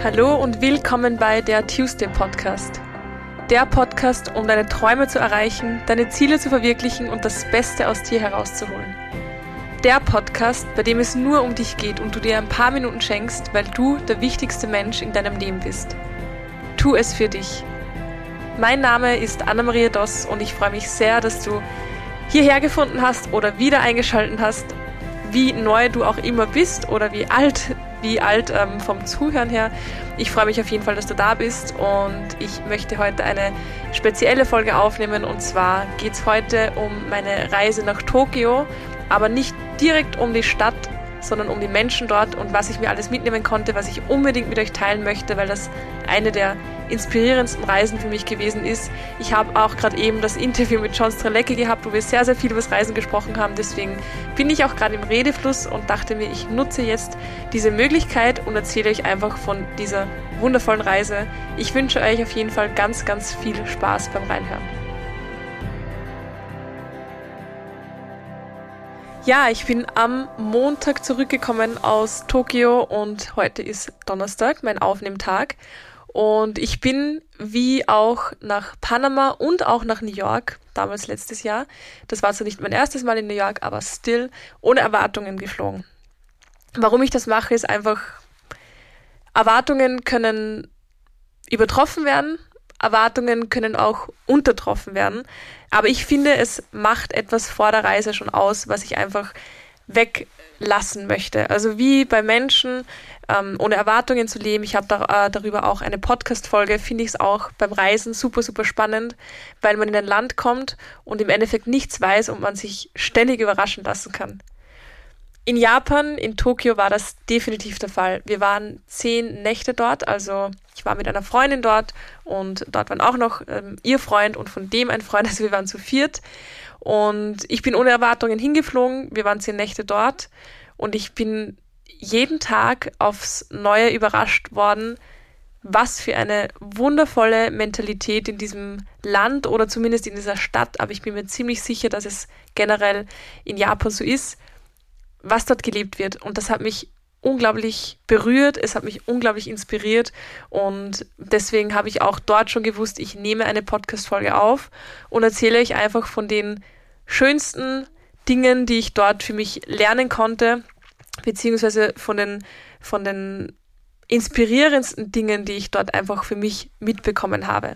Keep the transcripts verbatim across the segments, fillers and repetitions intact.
Hallo und willkommen bei der Tuesday Podcast. Der Podcast, um deine Träume zu erreichen, deine Ziele zu verwirklichen und das Beste aus dir herauszuholen. Der Podcast, bei dem es nur um dich geht und du dir ein paar Minuten schenkst, weil du der wichtigste Mensch in deinem Leben bist. Tu es für dich. Mein Name ist Anna-Maria Doss und ich freue mich sehr, dass du hierher gefunden hast oder wieder eingeschaltet hast, wie neu du auch immer bist oder wie alt wie alt ähm, vom Zuhören her. Ich freue mich auf jeden Fall, dass du da bist und ich möchte heute eine spezielle Folge aufnehmen und zwar geht es heute um meine Reise nach Tokio, aber nicht direkt um die Stadt, sondern um die Menschen dort und was ich mir alles mitnehmen konnte, was ich unbedingt mit euch teilen möchte, weil das eine der inspirierendsten Reisen für mich gewesen ist. Ich habe auch gerade eben das Interview mit John Strelecki gehabt, wo wir sehr, sehr viel über das Reisen gesprochen haben. Deswegen bin ich auch gerade im Redefluss und dachte mir, ich nutze jetzt diese Möglichkeit und erzähle euch einfach von dieser wundervollen Reise. Ich wünsche euch auf jeden Fall ganz, ganz viel Spaß beim Reinhören. Ja, ich bin am Montag zurückgekommen aus Tokio und heute ist Donnerstag, mein Aufnehmtag. Und ich bin wie auch nach Panama und auch nach New York, damals letztes Jahr, das war zwar nicht mein erstes Mal in New York, aber still, ohne Erwartungen geflogen. Warum ich das mache, ist einfach, Erwartungen können übertroffen werden, Erwartungen können auch untertroffen werden, aber ich finde, es macht etwas vor der Reise schon aus, was ich einfach weglassen möchte. Also wie bei Menschen, ähm, ohne Erwartungen zu leben. Ich habe da, äh, darüber auch eine Podcast-Folge, finde ich es auch beim Reisen super, super spannend, weil man in ein Land kommt und im Endeffekt nichts weiß und man sich ständig überraschen lassen kann. In Japan, in Tokio war das definitiv der Fall. Wir waren zehn Nächte dort, also ich war mit einer Freundin dort und dort waren auch noch ähm, ihr Freund und von dem ein Freund, also wir waren zu viert. Und ich bin ohne Erwartungen hingeflogen, wir waren zehn Nächte dort und ich bin jeden Tag aufs Neue überrascht worden, was für eine wundervolle Mentalität in diesem Land oder zumindest in dieser Stadt, aber ich bin mir ziemlich sicher, dass es generell in Japan so ist, was dort gelebt wird. Und das hat mich unglaublich berührt, es hat mich unglaublich inspiriert und deswegen habe ich auch dort schon gewusst, ich nehme eine Podcast-Folge auf und erzähle euch einfach von den schönsten Dingen, die ich dort für mich lernen konnte, beziehungsweise von den, von den inspirierendsten Dingen, die ich dort einfach für mich mitbekommen habe.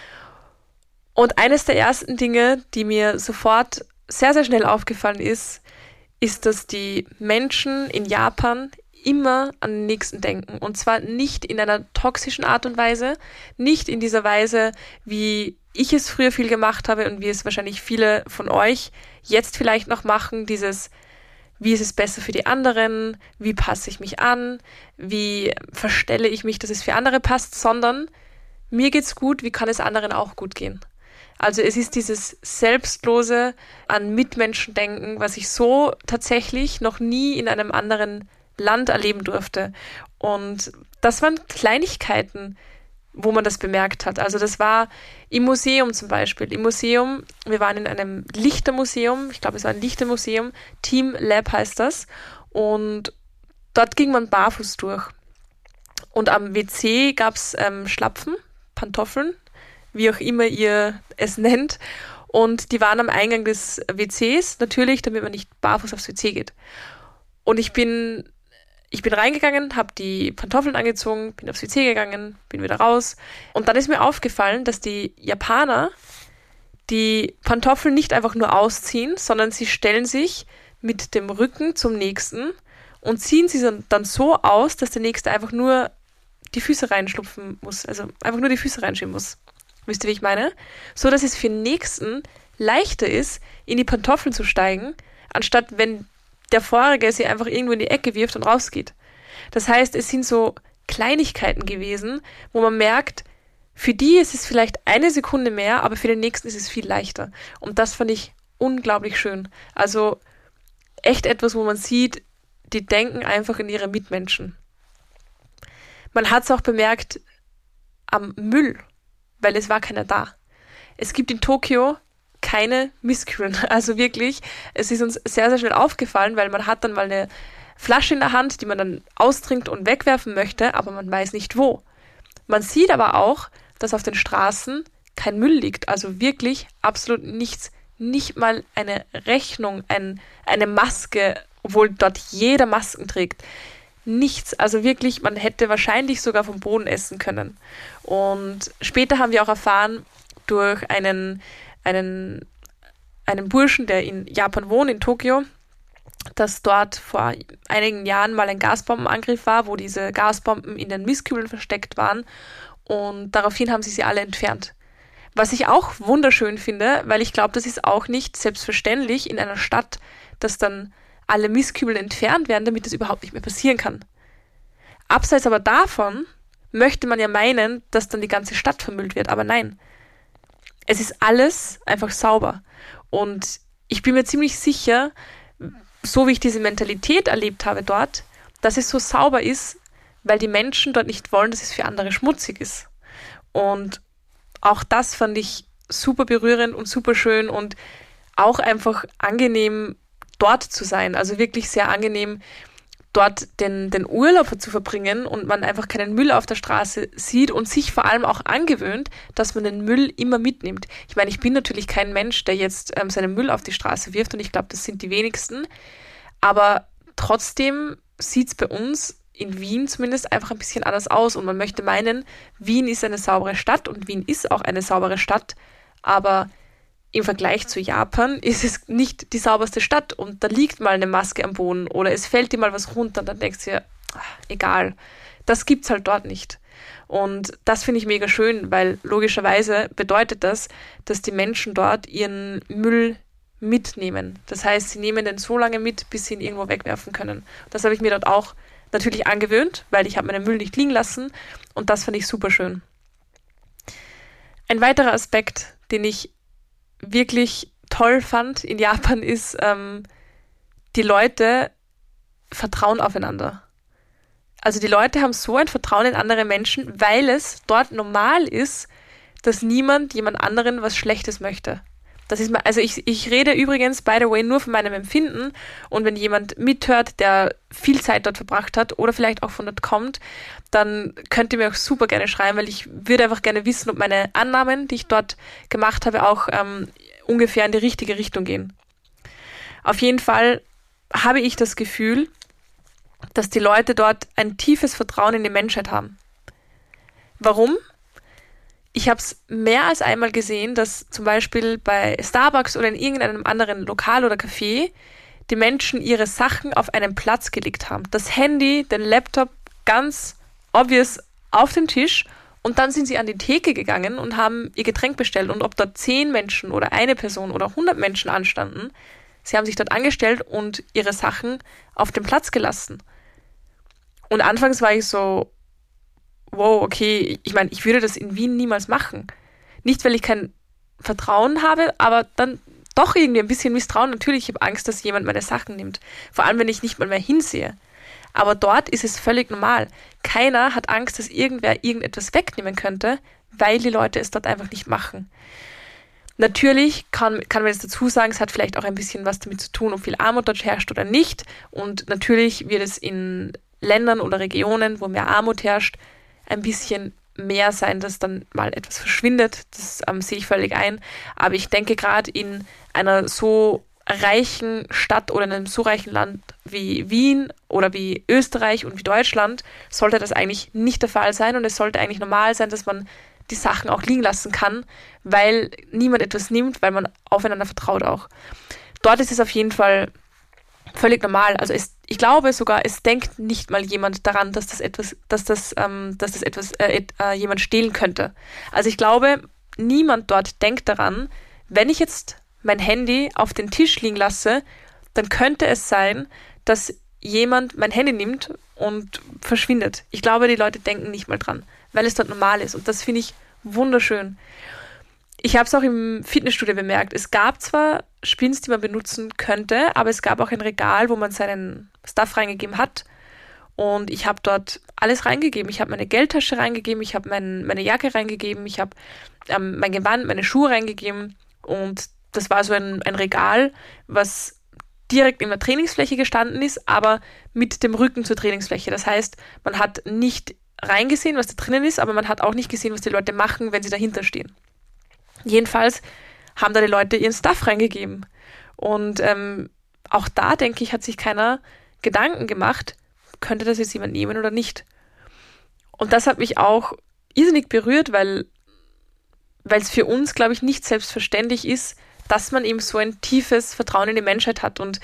Und eines der ersten Dinge, die mir sofort sehr, sehr schnell aufgefallen ist, ist, dass die Menschen in Japan immer an den Nächsten denken. Und zwar nicht in einer toxischen Art und Weise, nicht in dieser Weise, wie ich es früher viel gemacht habe und wie es wahrscheinlich viele von euch jetzt vielleicht noch machen, dieses, wie ist es besser für die anderen, wie passe ich mich an, wie verstelle ich mich, dass es für andere passt, sondern mir geht's gut, wie kann es anderen auch gut gehen? Also es ist dieses selbstlose an Mitmenschen denken, was ich so tatsächlich noch nie in einem anderen Land erleben durfte. Und das waren Kleinigkeiten, wo man das bemerkt hat. Also das war im Museum zum Beispiel. Im Museum, wir waren in einem Lichtermuseum, ich glaube es war ein Lichtermuseum, Team Lab heißt das. Und dort ging man barfuß durch. Und am W C gab es ähm, Schlapfen, Pantoffeln, wie auch immer ihr es nennt. Und die waren am Eingang des W Cs, natürlich, damit man nicht barfuß aufs W C geht. Und ich bin, ich bin reingegangen, habe die Pantoffeln angezogen, bin aufs W C gegangen, bin wieder raus. Und dann ist mir aufgefallen, dass die Japaner die Pantoffeln nicht einfach nur ausziehen, sondern sie stellen sich mit dem Rücken zum Nächsten und ziehen sie dann so aus, dass der Nächste einfach nur die Füße reinschlupfen muss, also einfach nur die Füße reinschieben muss. Wisst ihr, wie ich meine? So, dass es für den Nächsten leichter ist, in die Pantoffeln zu steigen, anstatt wenn der Vorige sie einfach irgendwo in die Ecke wirft und rausgeht. Das heißt, es sind so Kleinigkeiten gewesen, wo man merkt, für die ist es vielleicht eine Sekunde mehr, aber für den Nächsten ist es viel leichter. Und das fand ich unglaublich schön. Also echt etwas, wo man sieht, die denken einfach in ihre Mitmenschen. Man hat es auch bemerkt am Müll, weil es war keiner da. Es gibt in Tokio keine Misskühlen. Also wirklich, es ist uns sehr, sehr schnell aufgefallen, weil man hat dann mal eine Flasche in der Hand, die man dann austrinkt und wegwerfen möchte, aber man weiß nicht wo. Man sieht aber auch, dass auf den Straßen kein Müll liegt, also wirklich absolut nichts, nicht mal eine Rechnung, ein, eine Maske, obwohl dort jeder Masken trägt. Nichts, also wirklich, man hätte wahrscheinlich sogar vom Boden essen können. Und später haben wir auch erfahren, durch einen, einen, einen Burschen, der in Japan wohnt, in Tokio, dass dort vor einigen Jahren mal ein Gasbombenangriff war, wo diese Gasbomben in den Mistkübeln versteckt waren und daraufhin haben sie sie alle entfernt. Was ich auch wunderschön finde, weil ich glaube, das ist auch nicht selbstverständlich in einer Stadt, dass dann alle Mistkübel entfernt werden, damit das überhaupt nicht mehr passieren kann. Abseits aber davon möchte man ja meinen, dass dann die ganze Stadt vermüllt wird, aber nein. Es ist alles einfach sauber. Und ich bin mir ziemlich sicher, so wie ich diese Mentalität erlebt habe dort, dass es so sauber ist, weil die Menschen dort nicht wollen, dass es für andere schmutzig ist. Und auch das fand ich super berührend und super schön und auch einfach angenehm, dort zu sein. Also wirklich sehr angenehm, dort den, den Urlaub zu verbringen und man einfach keinen Müll auf der Straße sieht und sich vor allem auch angewöhnt, dass man den Müll immer mitnimmt. Ich meine, ich bin natürlich kein Mensch, der jetzt ähm, seinen Müll auf die Straße wirft und ich glaube, das sind die wenigsten. Aber trotzdem sieht es bei uns in Wien zumindest einfach ein bisschen anders aus und man möchte meinen, Wien ist eine saubere Stadt und Wien ist auch eine saubere Stadt, aber im Vergleich zu Japan ist es nicht die sauberste Stadt und da liegt mal eine Maske am Boden oder es fällt dir mal was runter und dann denkst du dir, ach, egal, das gibt's halt dort nicht. Und das finde ich mega schön, weil logischerweise bedeutet das, dass die Menschen dort ihren Müll mitnehmen. Das heißt, sie nehmen den so lange mit, bis sie ihn irgendwo wegwerfen können. Das habe ich mir dort auch natürlich angewöhnt, weil ich habe meinen Müll nicht liegen lassen und das fand ich super schön. Ein weiterer Aspekt, den ich wirklich toll fand in Japan ist, ähm, die Leute vertrauen aufeinander. Also die Leute haben so ein Vertrauen in andere Menschen, weil es dort normal ist, dass niemand jemand anderen was Schlechtes möchte. Das ist mal, also ich, ich rede übrigens, by the way, nur von meinem Empfinden und wenn jemand mithört, der viel Zeit dort verbracht hat oder vielleicht auch von dort kommt, dann könnt ihr mir auch super gerne schreiben, weil ich würde einfach gerne wissen, ob meine Annahmen, die ich dort gemacht habe, auch ähm, ungefähr in die richtige Richtung gehen. Auf jeden Fall habe ich das Gefühl, dass die Leute dort ein tiefes Vertrauen in die Menschheit haben. Warum? Ich habe es mehr als einmal gesehen, dass zum Beispiel bei Starbucks oder in irgendeinem anderen Lokal oder Café die Menschen ihre Sachen auf einen Platz gelegt haben. Das Handy, den Laptop ganz obvious auf den Tisch und dann sind sie an die Theke gegangen und haben ihr Getränk bestellt. Und ob dort zehn Menschen oder eine Person oder hundert Menschen anstanden, sie haben sich dort angestellt und ihre Sachen auf den Platz gelassen. Und anfangs war ich so, wow, okay, ich meine, ich würde das in Wien niemals machen. Nicht, weil ich kein Vertrauen habe, aber dann doch irgendwie ein bisschen Misstrauen. Natürlich, ich habe Angst, dass jemand meine Sachen nimmt. Vor allem, wenn ich nicht mal mehr hinsehe. Aber dort ist es völlig normal. Keiner hat Angst, dass irgendwer irgendetwas wegnehmen könnte, weil die Leute es dort einfach nicht machen. Natürlich kann, kann man jetzt dazu sagen, es hat vielleicht auch ein bisschen was damit zu tun, ob viel Armut dort herrscht oder nicht. Und natürlich wird es in Ländern oder Regionen, wo mehr Armut herrscht, ein bisschen mehr sein, dass dann mal etwas verschwindet. Das ähm, sehe ich völlig ein. Aber ich denke, gerade in einer so reichen Stadt oder in einem so reichen Land wie Wien oder wie Österreich und wie Deutschland sollte das eigentlich nicht der Fall sein und es sollte eigentlich normal sein, dass man die Sachen auch liegen lassen kann, weil niemand etwas nimmt, weil man aufeinander vertraut auch. Dort ist es auf jeden Fall völlig normal. Also es, ich glaube sogar, es denkt nicht mal jemand daran, dass das etwas, dass das, ähm, dass das etwas äh, äh, jemand stehlen könnte. Also ich glaube, niemand dort denkt daran, wenn ich jetzt mein Handy auf den Tisch liegen lasse, dann könnte es sein, dass jemand mein Handy nimmt und verschwindet. Ich glaube, die Leute denken nicht mal dran, weil es dort normal ist. Und das finde ich wunderschön. Ich habe es auch im Fitnessstudio bemerkt. Es gab zwar Spins, die man benutzen könnte, aber es gab auch ein Regal, wo man seinen Stuff reingegeben hat. Und ich habe dort alles reingegeben. Ich habe meine Geldtasche reingegeben, ich habe mein, meine Jacke reingegeben, ich habe ähm, mein Gewand, meine Schuhe reingegeben. Und das war so ein, ein Regal, was direkt in der Trainingsfläche gestanden ist, aber mit dem Rücken zur Trainingsfläche. Das heißt, man hat nicht reingesehen, was da drinnen ist, aber man hat auch nicht gesehen, was die Leute machen, wenn sie dahinter stehen. Jedenfalls haben da die Leute ihren Stuff reingegeben. Und ähm, auch da, denke ich, hat sich keiner Gedanken gemacht, könnte das jetzt jemand nehmen oder nicht. Und das hat mich auch irrsinnig berührt, weil weil es für uns, glaube ich, nicht selbstverständlich ist, dass man eben so ein tiefes Vertrauen in die Menschheit hat. Und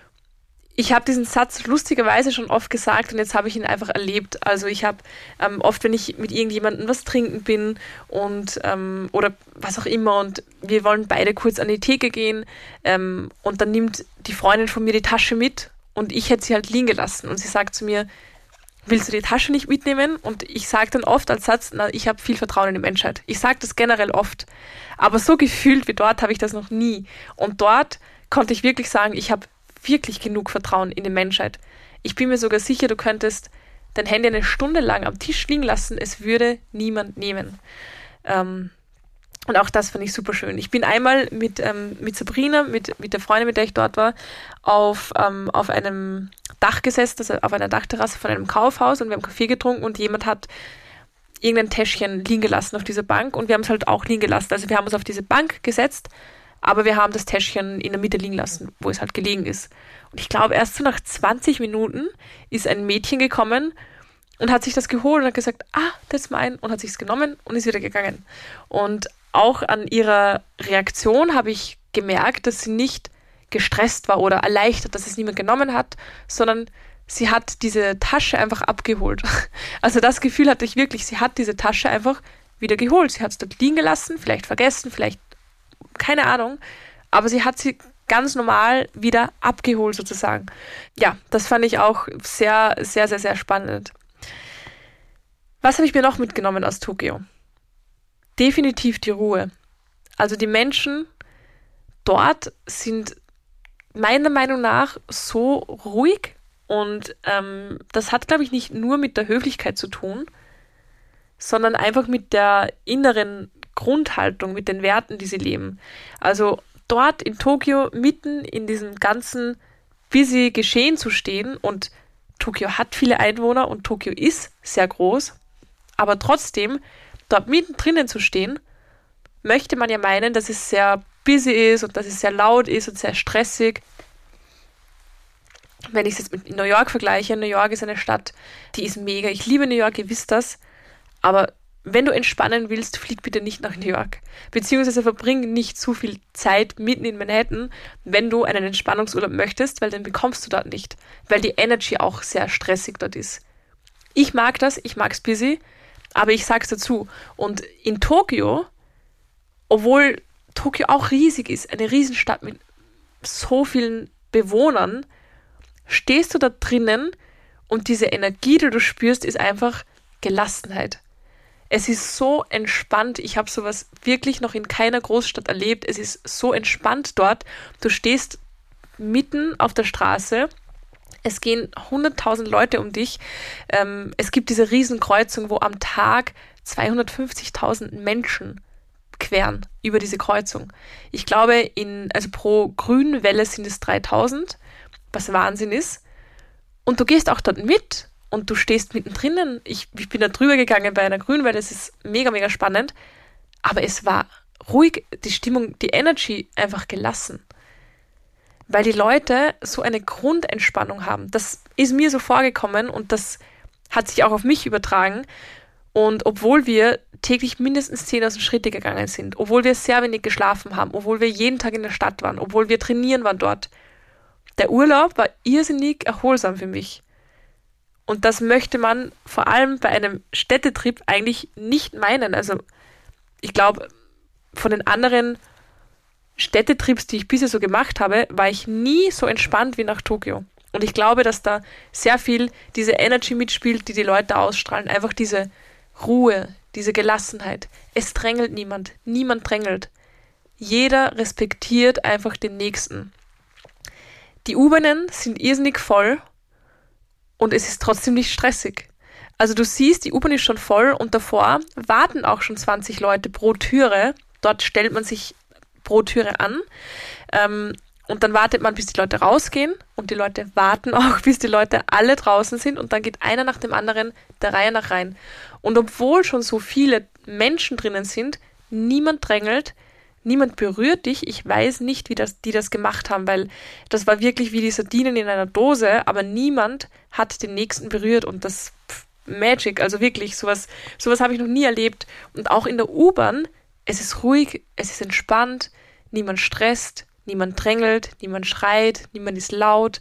ich habe diesen Satz lustigerweise schon oft gesagt und jetzt habe ich ihn einfach erlebt. Also ich habe ähm, oft, wenn ich mit irgendjemandem was trinken bin und ähm, oder was auch immer und wir wollen beide kurz an die Theke gehen ähm, und dann nimmt die Freundin von mir die Tasche mit und ich hätte sie halt liegen gelassen und sie sagt zu mir, willst du die Tasche nicht mitnehmen? Und ich sage dann oft als Satz, na, ich habe viel Vertrauen in die Menschheit. Ich sage das generell oft. Aber so gefühlt wie dort habe ich das noch nie. Und dort konnte ich wirklich sagen, ich habe wirklich genug Vertrauen in die Menschheit. Ich bin mir sogar sicher, du könntest dein Handy eine Stunde lang am Tisch liegen lassen, es würde niemand nehmen. Ähm, und auch das fand ich super schön. Ich bin einmal mit, ähm, mit Sabrina, mit, mit der Freundin, mit der ich dort war, auf, ähm, auf einem Dach gesessen, also auf einer Dachterrasse von einem Kaufhaus und wir haben Kaffee getrunken und jemand hat irgendein Täschchen liegen gelassen auf dieser Bank und wir haben es halt auch liegen gelassen. Also wir haben uns auf diese Bank gesetzt, aber wir haben das Täschchen in der Mitte liegen lassen, wo es halt gelegen ist. Und ich glaube, erst so nach zwanzig Minuten ist ein Mädchen gekommen und hat sich das geholt und hat gesagt, ah, das ist mein, und hat sich es genommen und ist wieder gegangen. Und auch an ihrer Reaktion habe ich gemerkt, dass sie nicht gestresst war oder erleichtert, dass es niemand genommen hat, sondern sie hat diese Tasche einfach abgeholt. Also das Gefühl hatte ich wirklich, sie hat diese Tasche einfach wieder geholt. Sie hat es dort liegen gelassen, vielleicht vergessen, vielleicht keine Ahnung, aber sie hat sie ganz normal wieder abgeholt sozusagen. Ja, das fand ich auch sehr, sehr, sehr, sehr spannend. Was habe ich mir noch mitgenommen aus Tokio? Definitiv die Ruhe. Also die Menschen dort sind meiner Meinung nach so ruhig und ähm, das hat, glaube ich, nicht nur mit der Höflichkeit zu tun, sondern einfach mit der inneren Grundhaltung, mit den Werten, die sie leben. Also dort in Tokio mitten in diesem ganzen busy Geschehen zu stehen und Tokio hat viele Einwohner und Tokio ist sehr groß, aber trotzdem dort mittendrin zu stehen, möchte man ja meinen, dass es sehr busy ist und dass es sehr laut ist und sehr stressig. Wenn ich es jetzt mit New York vergleiche, New York ist eine Stadt, die ist mega. Ich liebe New York, ihr wisst das. Aber wenn du entspannen willst, flieg bitte nicht nach New York. Beziehungsweise verbring nicht zu viel Zeit mitten in Manhattan, wenn du einen Entspannungsurlaub möchtest, weil den bekommst du dort nicht. Weil die Energy auch sehr stressig dort ist. Ich mag das, ich mag's busy, aber ich sag's dazu. Und in Tokio, obwohl Tokio auch riesig ist, eine Riesenstadt mit so vielen Bewohnern, stehst du da drinnen und diese Energie, die du spürst, ist einfach Gelassenheit. Es ist so entspannt. Ich habe sowas wirklich noch in keiner Großstadt erlebt. Es ist so entspannt dort. Du stehst mitten auf der Straße. Es gehen hunderttausend Leute um dich. Ähm, es gibt diese Riesenkreuzung, wo am Tag zweihundertfünfzigtausend Menschen queren über diese Kreuzung. Ich glaube, in, also pro Grünwelle sind es dreitausend, was Wahnsinn ist. Und du gehst auch dort mit und du stehst mittendrin. Ich, ich bin da drüber gegangen bei einer Grünwelle, es ist mega, mega spannend. Aber es war ruhig, die Stimmung, die Energy einfach gelassen. Weil die Leute so eine Grundentspannung haben. Das ist mir so vorgekommen und das hat sich auch auf mich übertragen. Und obwohl wir täglich mindestens zehntausend Schritte gegangen sind, obwohl wir sehr wenig geschlafen haben, obwohl wir jeden Tag in der Stadt waren, obwohl wir trainieren waren dort, der Urlaub war irrsinnig erholsam für mich. Und das möchte man vor allem bei einem Städtetrip eigentlich nicht meinen. Also ich glaube, von den anderen Städtetrips, die ich bisher so gemacht habe, war ich nie so entspannt wie nach Tokio. Und ich glaube, dass da sehr viel diese Energy mitspielt, die die Leute ausstrahlen. Einfach diese Ruhe, diese Gelassenheit. Es drängelt niemand. Niemand drängelt. Jeder respektiert einfach den Nächsten. Die U-Bahnen sind irrsinnig voll und es ist trotzdem nicht stressig. Also du siehst, die U-Bahn ist schon voll und davor warten auch schon zwanzig Leute pro Türe. Dort stellt man sich pro Türe an. und dann wartet man, bis die Leute rausgehen und die Leute warten auch, bis die Leute alle draußen sind und dann geht einer nach dem anderen der Reihe nach rein. Und obwohl schon so viele Menschen drinnen sind, niemand drängelt, niemand berührt dich. Ich weiß nicht, wie das, die das gemacht haben, weil das war wirklich wie die Sardinen in einer Dose, aber niemand hat den Nächsten berührt und das pff, Magic, also wirklich, sowas, sowas habe ich noch nie erlebt. Und auch in der U-Bahn, es ist ruhig, es ist entspannt, niemand stresst, niemand drängelt, niemand schreit, niemand ist laut.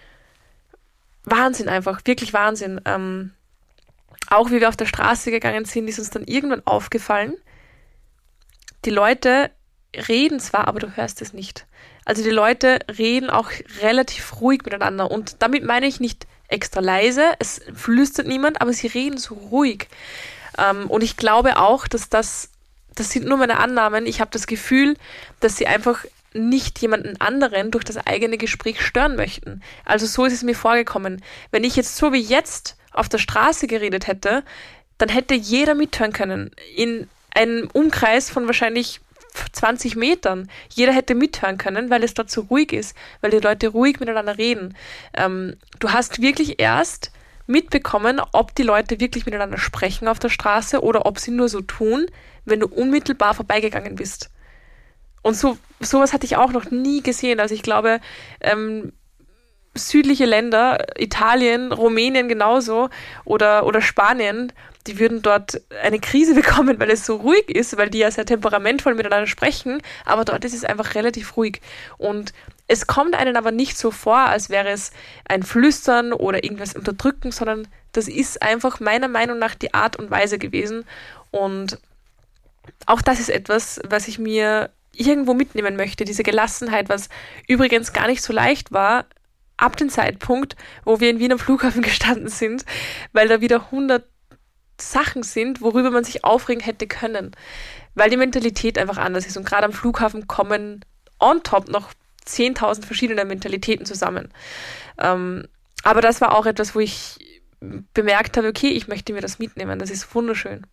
Wahnsinn einfach, wirklich Wahnsinn. Ähm, auch wie wir auf der Straße gegangen sind, ist uns dann irgendwann aufgefallen, die Leute reden zwar, aber du hörst es nicht. Also die Leute reden auch relativ ruhig miteinander und damit meine ich nicht extra leise, es flüstert niemand, aber sie reden so ruhig. Ähm, und ich glaube auch, dass das, das sind nur meine Annahmen, ich habe das Gefühl, dass sie einfach nicht jemanden anderen durch das eigene Gespräch stören möchten. Also so ist es mir vorgekommen. Wenn ich jetzt so wie jetzt auf der Straße geredet hätte, dann hätte jeder mithören können. In einem Umkreis von wahrscheinlich zwanzig Metern. Jeder hätte mithören können, weil es dort so ruhig ist, weil die Leute ruhig miteinander reden. Ähm, du hast wirklich erst mitbekommen, ob die Leute wirklich miteinander sprechen auf der Straße oder ob sie nur so tun, wenn du unmittelbar vorbeigegangen bist. Und so sowas hatte ich auch noch nie gesehen. Also ich glaube, ähm, südliche Länder, Italien, Rumänien genauso oder, oder Spanien, die würden dort eine Krise bekommen, weil es so ruhig ist, weil die ja sehr temperamentvoll miteinander sprechen, aber dort ist es einfach relativ ruhig. Und es kommt einem aber nicht so vor, als wäre es ein Flüstern oder irgendwas unterdrücken, sondern das ist einfach meiner Meinung nach die Art und Weise gewesen. Und auch das ist etwas, was ich mir irgendwo mitnehmen möchte, diese Gelassenheit, was übrigens gar nicht so leicht war, ab dem Zeitpunkt, wo wir in Wien am Flughafen gestanden sind, weil da wieder hundert Sachen sind, worüber man sich aufregen hätte können, weil die Mentalität einfach anders ist und gerade am Flughafen kommen on top noch zehntausend verschiedene Mentalitäten zusammen. Ähm, aber das war auch etwas, wo ich bemerkt habe, okay, ich möchte mir das mitnehmen, das ist wunderschön.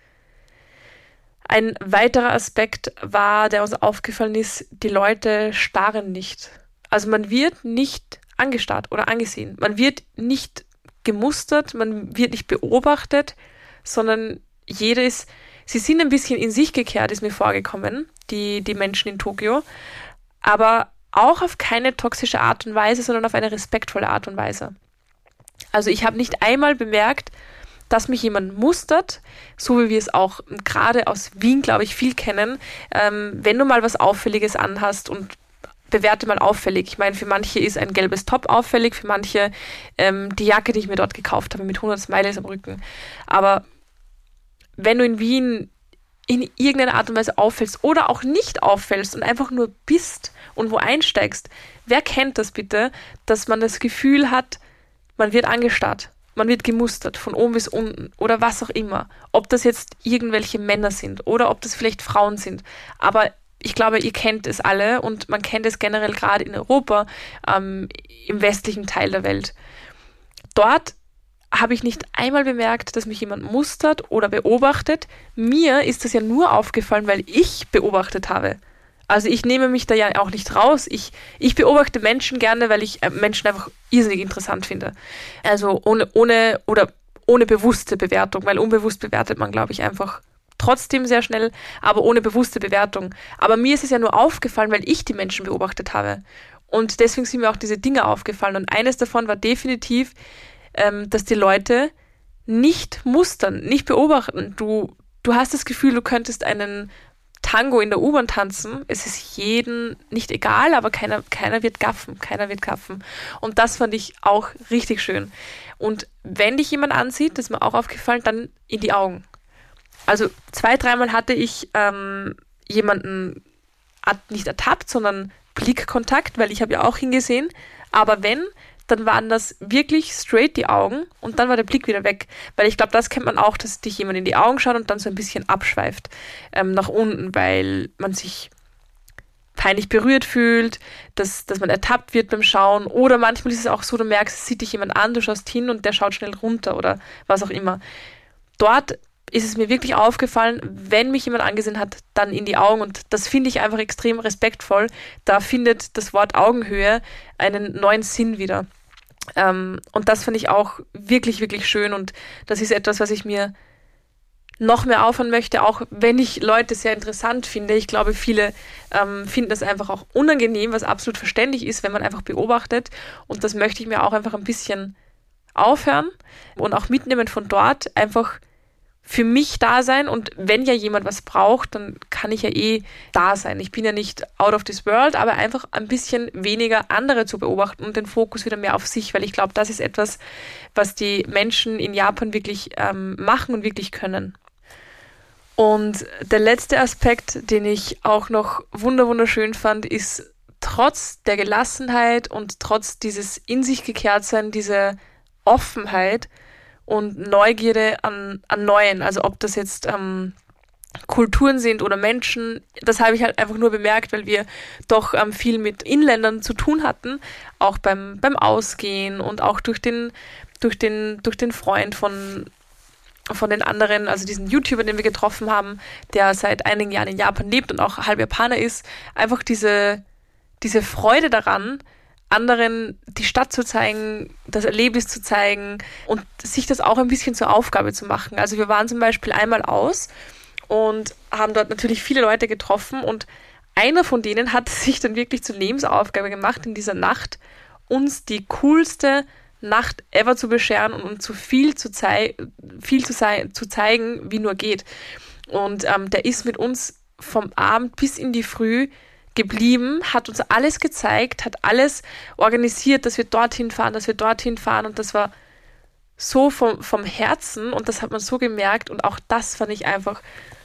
Ein weiterer Aspekt war, der uns aufgefallen ist, die Leute starren nicht. Also man wird nicht angestarrt oder angesehen. Man wird nicht gemustert, man wird nicht beobachtet, sondern jeder ist, sie sind ein bisschen in sich gekehrt, ist mir vorgekommen, die, die Menschen in Tokio, aber auch auf keine toxische Art und Weise, sondern auf eine respektvolle Art und Weise. Also ich habe nicht einmal bemerkt, dass mich jemand mustert, so wie wir es auch gerade aus Wien, glaube ich, viel kennen, ähm, wenn du mal was Auffälliges anhast und bewerte mal auffällig. Ich meine, für manche ist ein gelbes Top auffällig, für manche ähm, die Jacke, die ich mir dort gekauft habe, mit hundert Smileys am Rücken. Aber wenn du in Wien in irgendeiner Art und Weise auffällst oder auch nicht auffällst und einfach nur bist und wo einsteigst, wer kennt das bitte, dass man das Gefühl hat, man wird angestarrt, man wird gemustert, von oben bis unten oder was auch immer. Ob das jetzt irgendwelche Männer sind oder ob das vielleicht Frauen sind. Aber ich glaube, ihr kennt es alle und man kennt es generell gerade in Europa, ähm, im westlichen Teil der Welt. Dort habe ich nicht einmal bemerkt, dass mich jemand mustert oder beobachtet. Mir ist das ja nur aufgefallen, weil ich beobachtet habe. Also ich nehme mich da ja auch nicht raus. Ich, ich beobachte Menschen gerne, weil ich Menschen einfach irrsinnig interessant finde. Also ohne, ohne oder ohne bewusste Bewertung, weil unbewusst bewertet man, glaube ich, einfach trotzdem sehr schnell, aber ohne bewusste Bewertung. Aber mir ist es ja nur aufgefallen, weil ich die Menschen beobachtet habe. Und deswegen sind mir auch diese Dinge aufgefallen. Und eines davon war definitiv, ähm, dass die Leute nicht mustern, nicht beobachten. Du, du hast das Gefühl, du könntest einen Tango in der U-Bahn tanzen. Es ist jedem nicht egal, aber keiner, keiner wird gaffen, keiner wird gaffen. Und das fand ich auch richtig schön. Und wenn dich jemand ansieht, das ist mir auch aufgefallen, dann in die Augen. Also zwei, dreimal hatte ich ähm, jemanden nicht ertappt, sondern Blickkontakt, weil ich habe ja auch hingesehen. Aber wenn, dann waren das wirklich straight die Augen und dann war der Blick wieder weg. Weil ich glaube, das kennt man auch, dass dich jemand in die Augen schaut und dann so ein bisschen abschweift ähm, nach unten, weil man sich peinlich berührt fühlt, dass, dass man ertappt wird beim Schauen. Oder manchmal ist es auch so, du merkst, es sieht dich jemand an, du schaust hin und der schaut schnell runter oder was auch immer. Dort ist es mir wirklich aufgefallen, wenn mich jemand angesehen hat, dann in die Augen. Und das finde ich einfach extrem respektvoll. Da findet das Wort Augenhöhe einen neuen Sinn wieder. Ähm, und das finde ich auch wirklich, wirklich schön. Und das ist etwas, was ich mir noch mehr aufhören möchte, auch wenn ich Leute sehr interessant finde. Ich glaube, viele ähm, finden das einfach auch unangenehm, was absolut verständlich ist, wenn man einfach beobachtet. Und das möchte ich mir auch einfach ein bisschen aufhören und auch mitnehmen von dort, einfach für mich da sein. Und wenn ja jemand was braucht, dann kann ich ja eh da sein. Ich bin ja nicht out of this world, aber einfach ein bisschen weniger andere zu beobachten und den Fokus wieder mehr auf sich, weil ich glaube, das ist etwas, was die Menschen in Japan wirklich ähm, machen und wirklich können. Und der letzte Aspekt, den ich auch noch wunderschön fand, ist trotz der Gelassenheit und trotz dieses in sich gekehrt sein, diese Offenheit und Neugierde an, an Neuen, also ob das jetzt ähm, Kulturen sind oder Menschen, das habe ich halt einfach nur bemerkt, weil wir doch ähm, viel mit Inländern zu tun hatten, auch beim, beim Ausgehen und auch durch den, durch den, durch den Freund von von den anderen, also diesen YouTuber, den wir getroffen haben, der seit einigen Jahren in Japan lebt und auch halb Japaner ist, einfach diese, diese Freude daran, anderen die Stadt zu zeigen, das Erlebnis zu zeigen und sich das auch ein bisschen zur Aufgabe zu machen. Also wir waren zum Beispiel einmal aus und haben dort natürlich viele Leute getroffen und einer von denen hat sich dann wirklich zur Lebensaufgabe gemacht, in dieser Nacht uns die coolste Nacht ever zu bescheren und uns so viel zu, zei- viel zu, sei- zu zeigen, wie nur geht. Und ähm, der ist mit uns vom Abend bis in die Früh geblieben, hat uns alles gezeigt, hat alles organisiert, dass wir dorthin fahren, dass wir dorthin fahren und das war so vom, vom Herzen und das hat man so gemerkt und auch das fand ich einfach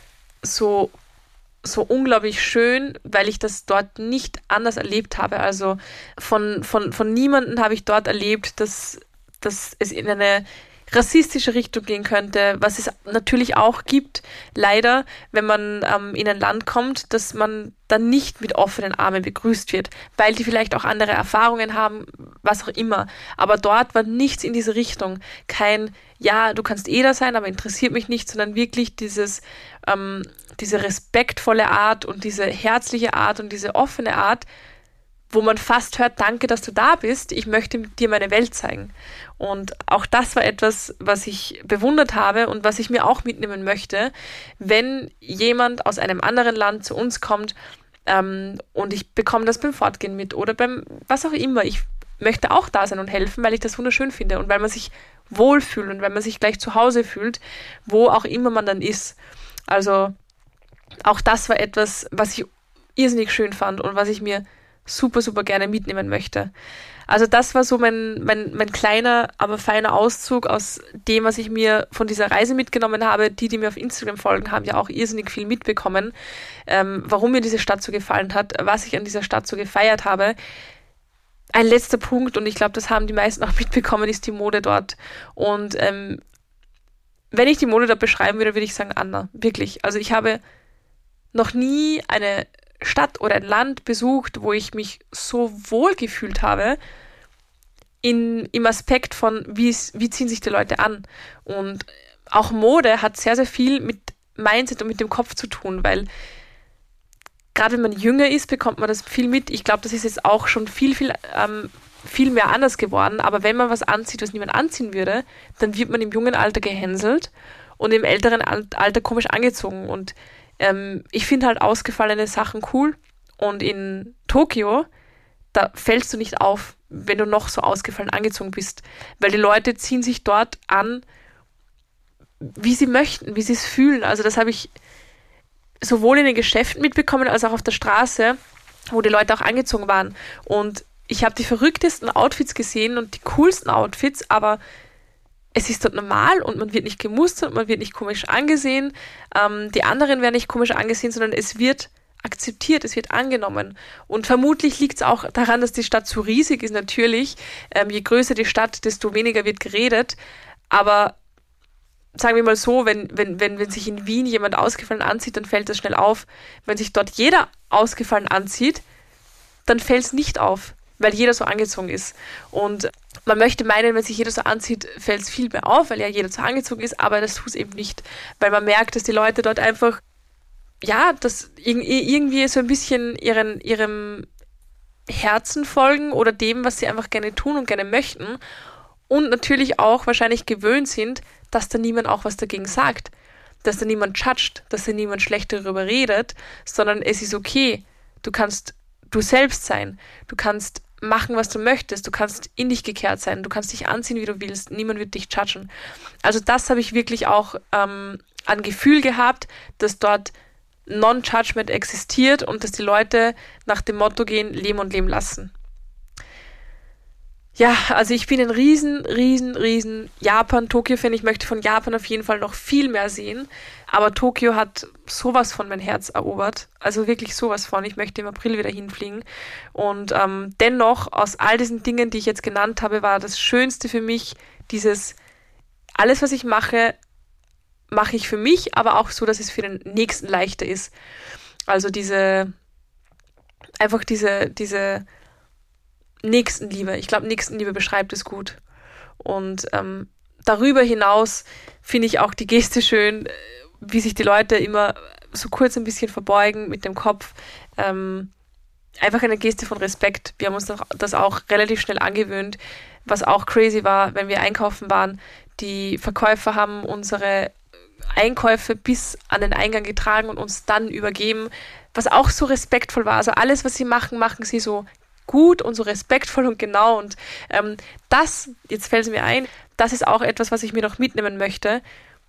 so so unglaublich schön, weil ich das dort nicht anders erlebt habe. Also von, von, von niemandem habe ich dort erlebt, dass, dass es in eine rassistische Richtung gehen könnte, was es natürlich auch gibt, leider, wenn man ähm, in ein Land kommt, dass man dann nicht mit offenen Armen begrüßt wird, weil die vielleicht auch andere Erfahrungen haben, was auch immer. Aber dort war nichts in diese Richtung. Kein, ja, du kannst eh da sein, aber interessiert mich nicht, sondern wirklich dieses, ähm, diese respektvolle Art und diese herzliche Art und diese offene Art, wo man fast hört, danke, dass du da bist, ich möchte dir meine Welt zeigen. Und auch das war etwas, was ich bewundert habe und was ich mir auch mitnehmen möchte, wenn jemand aus einem anderen Land zu uns kommt ähm, und ich bekomme das beim Fortgehen mit oder beim was auch immer. Ich möchte auch da sein und helfen, weil ich das wunderschön finde und weil man sich wohlfühlt und weil man sich gleich zu Hause fühlt, wo auch immer man dann ist. Also auch das war etwas, was ich irrsinnig schön fand und was ich mir super, super gerne mitnehmen möchte. Also das war so mein, mein, mein kleiner, aber feiner Auszug aus dem, was ich mir von dieser Reise mitgenommen habe. Die, die mir auf Instagram folgen, haben ja auch irrsinnig viel mitbekommen, ähm, warum mir diese Stadt so gefallen hat, was ich an dieser Stadt so gefeiert habe. Ein letzter Punkt, und ich glaube, das haben die meisten auch mitbekommen, ist die Mode dort. Und ähm, wenn ich die Mode dort beschreiben würde, würde ich sagen Anna. Wirklich. Also ich habe noch nie eine Stadt oder ein Land besucht, wo ich mich so wohl gefühlt habe in, im Aspekt von, wie, wie ziehen sich die Leute an. Und auch Mode hat sehr, sehr viel mit Mindset und mit dem Kopf zu tun, weil gerade wenn man jünger ist, bekommt man das viel mit. Ich glaube, das ist jetzt auch schon viel, viel, ähm, viel mehr anders geworden. Aber wenn man was anzieht, was niemand anziehen würde, dann wird man im jungen Alter gehänselt und im älteren Alter komisch angezogen. Und ähm, ich finde halt ausgefallene Sachen cool. Und in Tokio, da fällst du nicht auf, wenn du noch so ausgefallen angezogen bist. Weil die Leute ziehen sich dort an, wie sie möchten, wie sie es fühlen. Also das habe ich sowohl in den Geschäften mitbekommen, als auch auf der Straße, wo die Leute auch angezogen waren. Und ich habe die verrücktesten Outfits gesehen und die coolsten Outfits, aber es ist dort normal und man wird nicht gemustert und man wird nicht komisch angesehen. Ähm, die anderen werden nicht komisch angesehen, sondern es wird akzeptiert, es wird angenommen. Und vermutlich liegt es auch daran, dass die Stadt so riesig ist, natürlich. Ähm, je größer die Stadt, desto weniger wird geredet. Aber sagen wir mal so, wenn, wenn, wenn, wenn sich in Wien jemand ausgefallen anzieht, dann fällt das schnell auf. Wenn sich dort jeder ausgefallen anzieht, dann fällt es nicht auf, weil jeder so angezogen ist. Und Man möchte meinen, wenn sich jeder so anzieht, fällt es viel mehr auf, weil ja jeder so angezogen ist, aber das tut es eben nicht, weil man merkt, dass die Leute dort einfach, ja, das irgendwie so ein bisschen ihren, ihrem Herzen folgen oder dem, was sie einfach gerne tun und gerne möchten und natürlich auch wahrscheinlich gewöhnt sind, dass da niemand auch was dagegen sagt, dass da niemand judgt, dass da niemand schlecht darüber redet, sondern es ist okay, du kannst du selbst sein, du kannst machen, was du möchtest, du kannst in dich gekehrt sein, du kannst dich anziehen, wie du willst, niemand wird dich judgen. Also das habe ich wirklich auch ähm, an Gefühl gehabt, dass dort Non-Judgment existiert und dass die Leute nach dem Motto gehen, leben und leben lassen. Ja, also ich bin ein riesen, riesen, riesen Japan-Tokio-Fan. Ich möchte von Japan auf jeden Fall noch viel mehr sehen. Aber Tokio hat sowas von mein Herz erobert. Also wirklich sowas von. Ich möchte im April wieder hinfliegen. Und ähm, dennoch, aus all diesen Dingen, die ich jetzt genannt habe, war das Schönste für mich dieses, alles, was ich mache, mache ich für mich, aber auch so, dass es für den Nächsten leichter ist. Also diese, einfach diese, diese Nächstenliebe. Ich glaube, Nächstenliebe beschreibt es gut. Und ähm, darüber hinaus finde ich auch die Geste schön, wie sich die Leute immer so kurz ein bisschen verbeugen mit dem Kopf. Ähm, einfach eine Geste von Respekt. Wir haben uns das auch relativ schnell angewöhnt, was auch crazy war, wenn wir einkaufen waren. Die Verkäufer haben unsere Einkäufe bis an den Eingang getragen und uns dann übergeben, was auch so respektvoll war. Also alles, was sie machen, machen sie so gut und so respektvoll und genau. Und ähm, das, jetzt fällt es mir ein, das ist auch etwas, was ich mir noch mitnehmen möchte.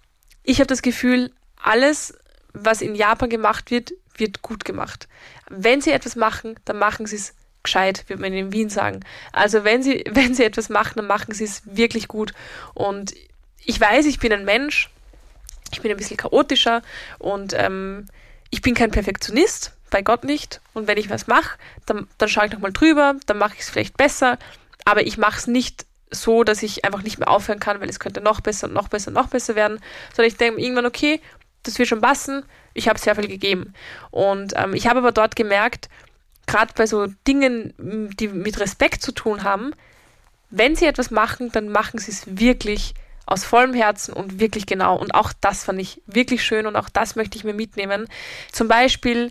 Ich habe das Gefühl, alles, was in Japan gemacht wird, wird gut gemacht. Wenn sie etwas machen, dann machen sie es gescheit, würde man in Wien sagen. Also wenn sie, wenn sie etwas machen, dann machen sie es wirklich gut. Und ich weiß, ich bin ein Mensch, ich bin ein bisschen chaotischer und ähm, ich bin kein Perfektionist, bei Gott nicht. Und wenn ich was mache, dann, dann schaue ich nochmal drüber, dann mache ich es vielleicht besser, aber ich mache es nicht so, dass ich einfach nicht mehr aufhören kann, weil es könnte noch besser und noch besser und noch besser werden, sondern ich denke irgendwann, okay, das wird schon passen, ich habe sehr viel gegeben. Und ähm, ich habe aber dort gemerkt, gerade bei so Dingen, die mit Respekt zu tun haben, wenn sie etwas machen, dann machen sie es wirklich aus vollem Herzen und wirklich genau. Und auch das fand ich wirklich schön und auch das möchte ich mir mitnehmen. Zum Beispiel,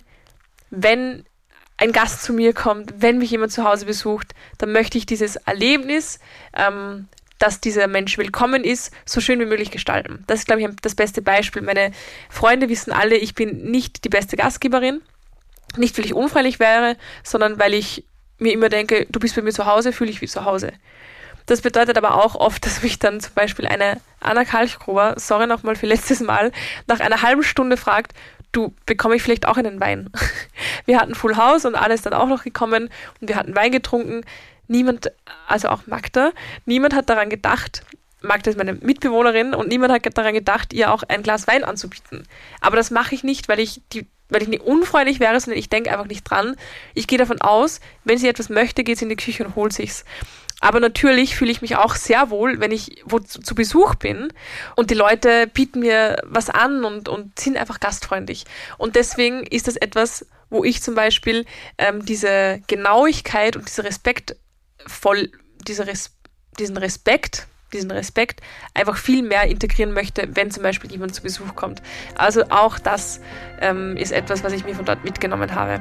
wenn ein Gast zu mir kommt, wenn mich jemand zu Hause besucht, dann möchte ich dieses Erlebnis, ähm, dass dieser Mensch willkommen ist, so schön wie möglich gestalten. Das ist, glaube ich, das beste Beispiel. Meine Freunde wissen alle, ich bin nicht die beste Gastgeberin. Nicht, weil ich unfreundlich wäre, sondern weil ich mir immer denke, du bist bei mir zu Hause, fühle ich wie zu Hause. Das bedeutet aber auch oft, dass mich dann zum Beispiel eine Anna Kalchgruber, sorry nochmal für letztes Mal, nach einer halben Stunde fragt, du, bekomme ich vielleicht auch einen Wein? Wir hatten Full House und alles dann auch noch gekommen und wir hatten Wein getrunken. Niemand, also auch Magda, niemand hat daran gedacht, Magda ist meine Mitbewohnerin und niemand hat daran gedacht, ihr auch ein Glas Wein anzubieten. Aber das mache ich nicht, weil ich die weil ich nicht unfreundlich wäre, sondern ich denke einfach nicht dran. Ich gehe davon aus, wenn sie etwas möchte, geht sie in die Küche und holt sich's. Aber natürlich fühle ich mich auch sehr wohl, wenn ich wo zu, zu Besuch bin und die Leute bieten mir was an und, und sind einfach gastfreundlich. Und deswegen ist das etwas, wo ich zum Beispiel ähm, diese Genauigkeit und diese Respekt voll, diese Res, diesen Respekt, diesen Respekt einfach viel mehr integrieren möchte, wenn zum Beispiel jemand zu Besuch kommt. Also auch das ähm, ist etwas, was ich mir von dort mitgenommen habe.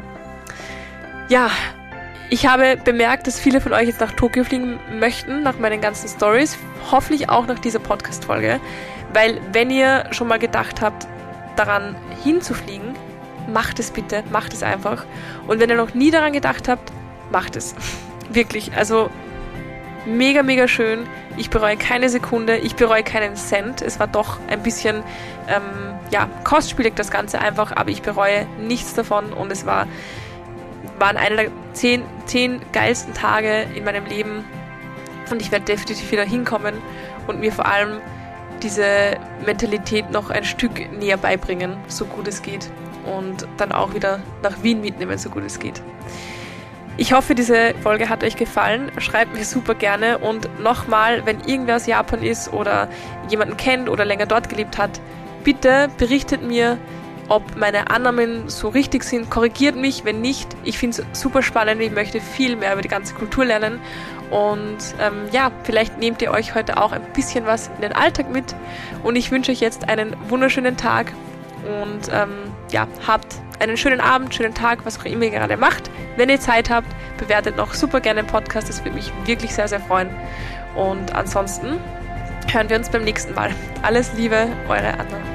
Ja, ich habe bemerkt, dass viele von euch jetzt nach Tokio fliegen möchten, nach meinen ganzen Stories, hoffentlich auch nach dieser Podcast-Folge, weil wenn ihr schon mal gedacht habt, daran hinzufliegen, macht es bitte, macht es einfach. Und wenn ihr noch nie daran gedacht habt, macht es. Wirklich, also mega, mega schön. Ich bereue keine Sekunde, ich bereue keinen Cent. Es war doch ein bisschen, ähm, ja, kostspielig das Ganze einfach, aber ich bereue nichts davon und es war, waren einer der zehn, zehn geilsten Tage in meinem Leben und ich werde definitiv wieder hinkommen und mir vor allem diese Mentalität noch ein Stück näher beibringen, so gut es geht und dann auch wieder nach Wien mitnehmen, so gut es geht. Ich hoffe, diese Folge hat euch gefallen. Schreibt mir super gerne und nochmal, wenn irgendwer aus Japan ist oder jemanden kennt oder länger dort gelebt hat, bitte berichtet mir, ob meine Annahmen so richtig sind. Korrigiert mich, wenn nicht. Ich finde es super spannend. Ich möchte viel mehr über die ganze Kultur lernen. Und ähm, ja, vielleicht nehmt ihr euch heute auch ein bisschen was in den Alltag mit. Und ich wünsche euch jetzt einen wunderschönen Tag. Und ähm, ja, habt einen schönen Abend, schönen Tag, was auch immer ihr gerade macht. Wenn ihr Zeit habt, bewertet noch super gerne den Podcast. Das würde mich wirklich sehr, sehr freuen. Und ansonsten hören wir uns beim nächsten Mal. Alles Liebe, eure Anna.